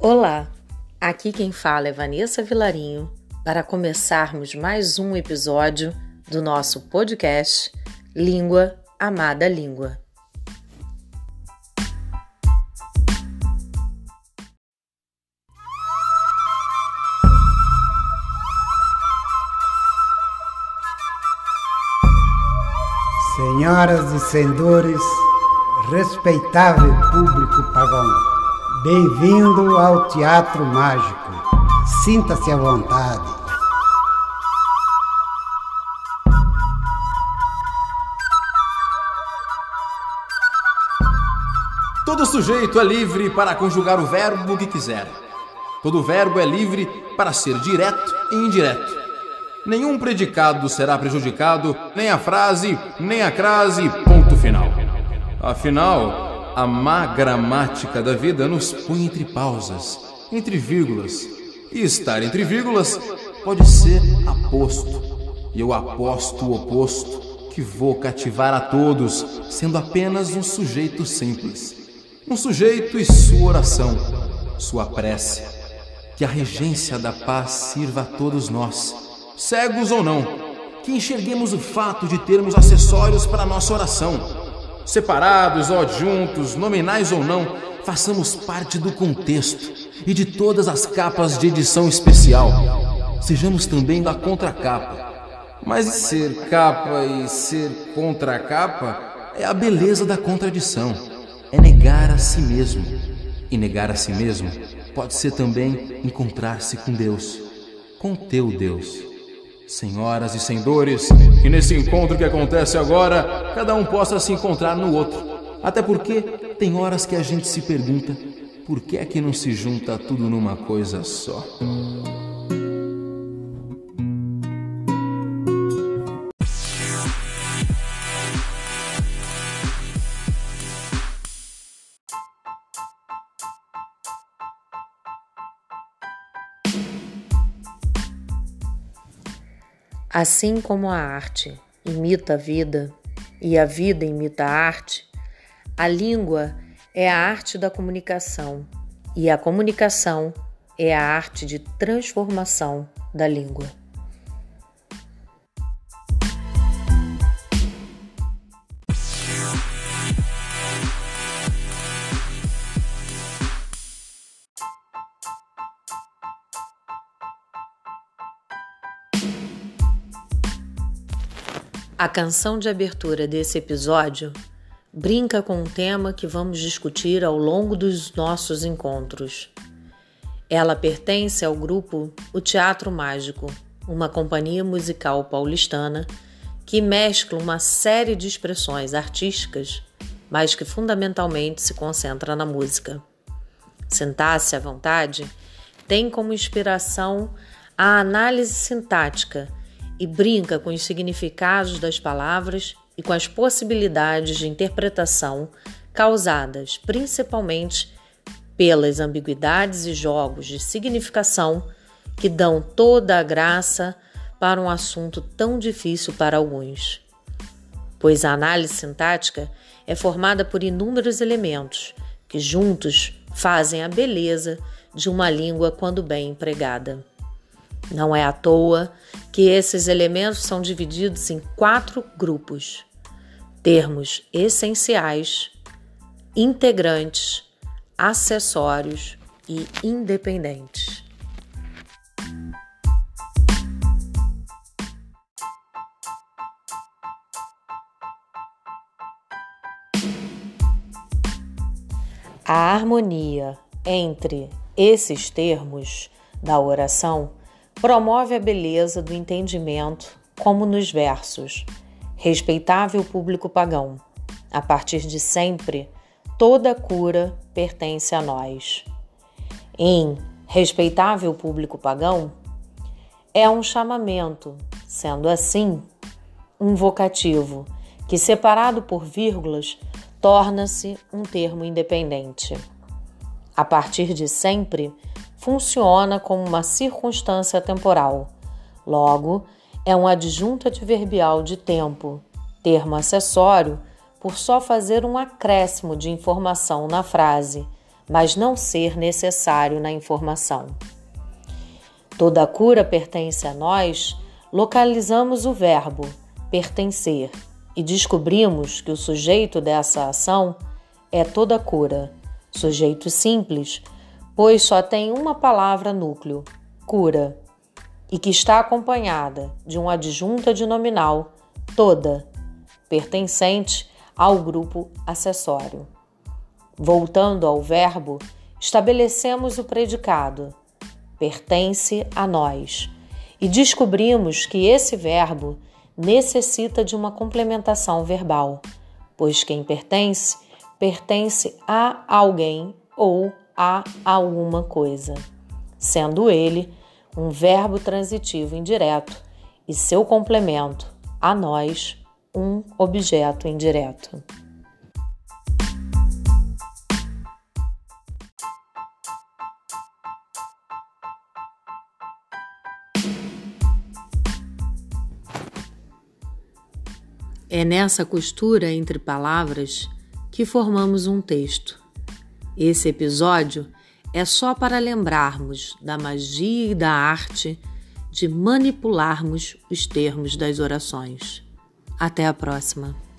Olá, aqui quem fala é Vanessa Vilarinho para começarmos mais um episódio do nosso podcast Língua, Amada Língua. Senhoras e senhores, respeitável público pagão, bem-vindo ao Teatro Mágico. Sinta-se à vontade. Todo sujeito é livre para conjugar o verbo que quiser. Todo verbo é livre para ser direto e indireto. Nenhum predicado será prejudicado, nem a frase, nem a crase, ponto final. Afinal, a má gramática da vida nos põe entre pausas, entre vírgulas. E estar entre vírgulas pode ser aposto. E eu aposto o oposto, que vou cativar a todos, sendo apenas um sujeito simples. Um sujeito e sua oração, sua prece. Que a regência da paz sirva a todos nós, cegos ou não, que enxerguemos o fato de termos acessórios para a nossa oração. Separados ou adjuntos, nominais ou não, façamos parte do contexto e de todas as capas de edição especial. Sejamos também da contracapa. Mas ser capa e ser contracapa é a beleza da contradição. É negar a si mesmo. E negar a si mesmo pode ser também encontrar-se com Deus, com teu Deus. Senhoras e senhores, que nesse encontro que acontece agora, cada um possa se encontrar no outro. Até porque tem horas que a gente se pergunta, por que é que não se junta tudo numa coisa só? Assim como a arte imita a vida e a vida imita a arte, a língua é a arte da comunicação e a comunicação é a arte de transformação da língua. A canção de abertura desse episódio brinca com um tema que vamos discutir ao longo dos nossos encontros. Ela pertence ao grupo O Teatro Mágico, uma companhia musical paulistana que mescla uma série de expressões artísticas, mas que fundamentalmente se concentra na música. Sintaxe à vontade tem como inspiração a análise sintática e brinca com os significados das palavras e com as possibilidades de interpretação causadas principalmente pelas ambiguidades e jogos de significação que dão toda a graça para um assunto tão difícil para alguns. Pois a análise sintática é formada por inúmeros elementos que juntos fazem a beleza de uma língua quando bem empregada. Não é à toa que esses elementos são divididos em 4 grupos: termos essenciais, integrantes, acessórios e independentes. A harmonia entre esses termos da oração promove a beleza do entendimento, como nos versos: respeitável público pagão, a partir de sempre, toda cura pertence a nós. Em respeitável público pagão, é um chamamento, sendo assim, um vocativo, que separado por vírgulas, torna-se um termo independente. A partir de sempre, funciona como uma circunstância temporal. Logo, é um adjunto adverbial de tempo, termo acessório, por só fazer um acréscimo de informação na frase, mas não ser necessário na informação. Toda cura pertence a nós, localizamos o verbo pertencer e descobrimos que o sujeito dessa ação é toda cura, sujeito simples, pois só tem uma palavra núcleo, cura, e que está acompanhada de um adjunto adnominal, toda, pertencente ao grupo acessório. Voltando ao verbo, estabelecemos o predicado, pertence a nós, e descobrimos que esse verbo necessita de uma complementação verbal, pois quem pertence, pertence a alguém ou a alguma coisa, sendo ele um verbo transitivo indireto e seu complemento, a nós, um objeto indireto. É nessa costura entre palavras que formamos um texto. Esse episódio é só para lembrarmos da magia e da arte de manipularmos os termos das orações. Até a próxima!